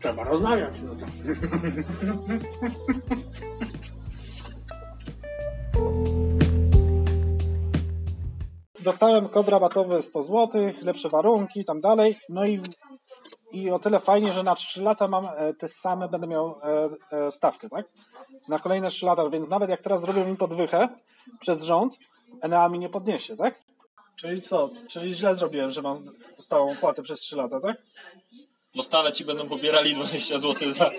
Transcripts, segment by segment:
Trzeba rozmawiać. No tak. Dostałem kod rabatowy 100 zł, lepsze warunki, tam dalej. No i o tyle fajnie, że na 3 lata mam te same, będę miał stawkę, tak? Na kolejne 3 lata, więc nawet jak teraz zrobią mi podwychę przez rząd, Enea mi nie podniesie, tak? Czyli co? Czyli źle zrobiłem, że mam stałą opłatę przez 3 lata, tak? Bo stale ci będą pobierali 20 zł za...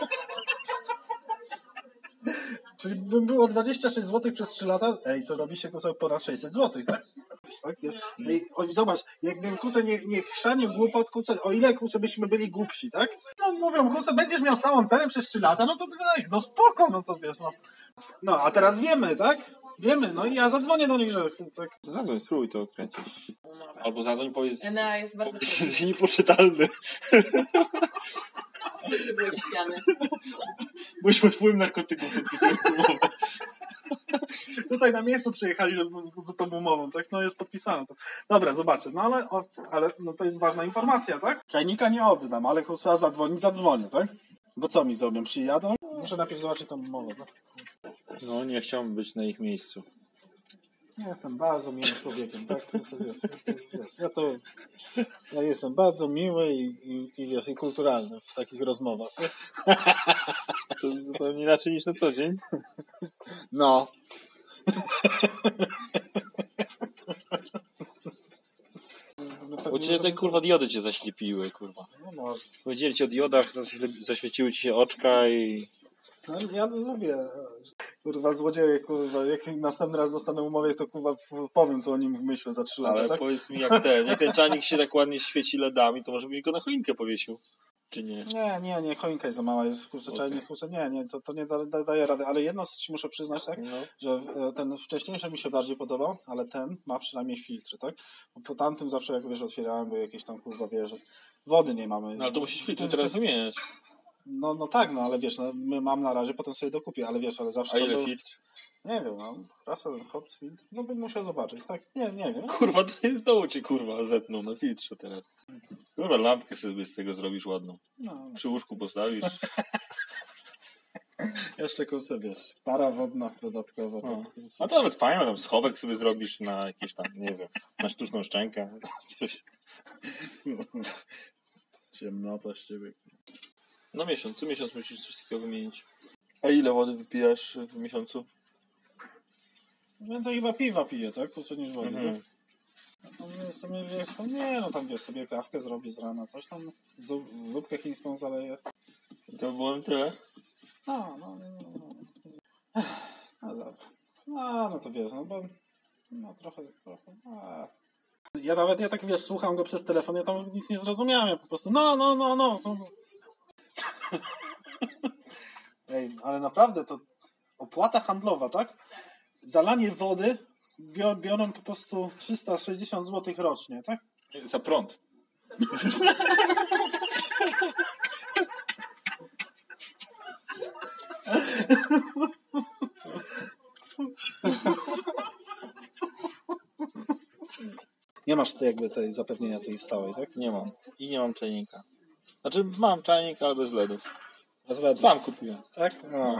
Czyli by było 26 zł przez 3 lata, to robi się ponad 600 zł, tak? Tak, wiesz? Zobacz, jakbym nie chrzanił głupot, o ile byśmy byli głupsi, tak? No mówią, będziesz miał stałą cenę przez 3 lata, no to no spoko, no to wiesz, no. No, a teraz wiemy, tak? Wiemy, no i ja zadzwonię do nich, że tak. Zadzwoń, spróbuj to odkręcić. Albo zadzwoń, powiedz... Enea jest bardzo Jesteś niepoczytalny. byłeś pijany. Byłeś pod wpływem narkotyków, podpisując umowę. Tutaj na miejscu przyjechali, żeby za tą umową, tak? No jest podpisane. To. Dobra, zobaczę. No ale no to jest ważna informacja, tak? Czajnika nie oddam, ale trzeba zadzwonię, tak? Bo co mi zrobią? Przyjadą? Muszę najpierw zobaczyć tą umowę, tak? No, nie chciałbym być na ich miejscu. Ja jestem bardzo miłym człowiekiem, tak? Ja jestem bardzo miły i kulturalny w takich rozmowach. To zupełnie inaczej niż na co dzień. No. Bo cię te kurwa diody cię zaślepiły, kurwa. No może. Powiedzieli ci o diodach, zaświeciły ci się oczka i... No, ja lubię, kurwa, złodzieje, kurwa, jak następny raz dostanę umowę, to kurwa powiem, co o nim myślę za 3 lata, Ale tak? powiedz mi, jak ten czajnik się tak ładnie świeci LEDami, to może byś go na choinkę powiesił, czy nie? Nie, choinka jest za mała, jest, kurczę, Okay. czajnik, kurczę, to nie daje rady, ale jedno ci muszę przyznać, tak, No. że ten wcześniejszy mi się bardziej podobał, ale ten ma przynajmniej filtry, tak? Bo po tamtym zawsze, jak wiesz, otwierałem, bo jakieś tam, kurwa, wiesz, wody nie mamy. No ale to musisz filtry teraz wymieniać. No tak, no ale wiesz, no, mam na razie, potem sobie dokupię, ale wiesz, ale zawsze... A ile filtr? Nie wiem, no, Russell Hobbs filtr, no bym musiał zobaczyć, tak, nie wiem. Kurwa, to jest dołu cię, kurwa, zetną na filtrze teraz. Kurwa, lampkę sobie z tego zrobisz ładną. No. Przy łóżku postawisz. Jeszcze kurczę, wiesz, para wodna dodatkowo. No. Tak. A to nawet fajnie, tam schowek sobie zrobisz na jakieś tam, nie wiem, na sztuczną szczękę. Coś. Ciemnota z ciebie. No co miesiąc musisz coś takiego wymienić. A ile wody wypijasz w miesiącu? Więcej chyba piwa piję, tak? Kurczę niż wody, Mhm. tak? No, sobie, wiesz, nie, no tam wiesz, sobie kawkę zrobię z rana, coś tam, zupkę chińską zaleję. To było tyle? No dobra. No to wiesz, no bo, no trochę. Ja tak, wiesz, słucham go przez telefon, ja tam nic nie zrozumiałem, ja po prostu, no. Ej, ale naprawdę to opłata handlowa, tak? Zalanie wody biorą po prostu 360 zł rocznie, tak? Za prąd. Nie masz jakby tej zapewnienia tej stałej, tak? Nie mam. I nie mam czajnika. Znaczy mam czajnik, ale bez LEDów. Z LEDów. Sam kupiłem. Tak? No.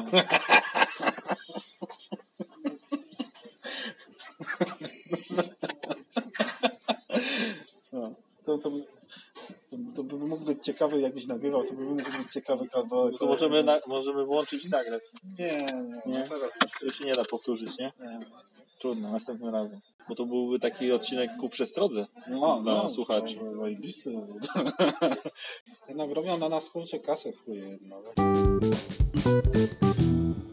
No. To by mógł być ciekawy, jakbyś nagrywał, to by mógł być ciekawy kawałek. No to możemy włączyć i nagrać. Nie. Teraz to się nie da powtórzyć, nie? Trudno, następnym razem. Bo to byłby taki odcinek ku przestrodze dla słuchaczy. Zajebisty. Jednak robią na nas kurczę kasę w chuje jedno. Tak?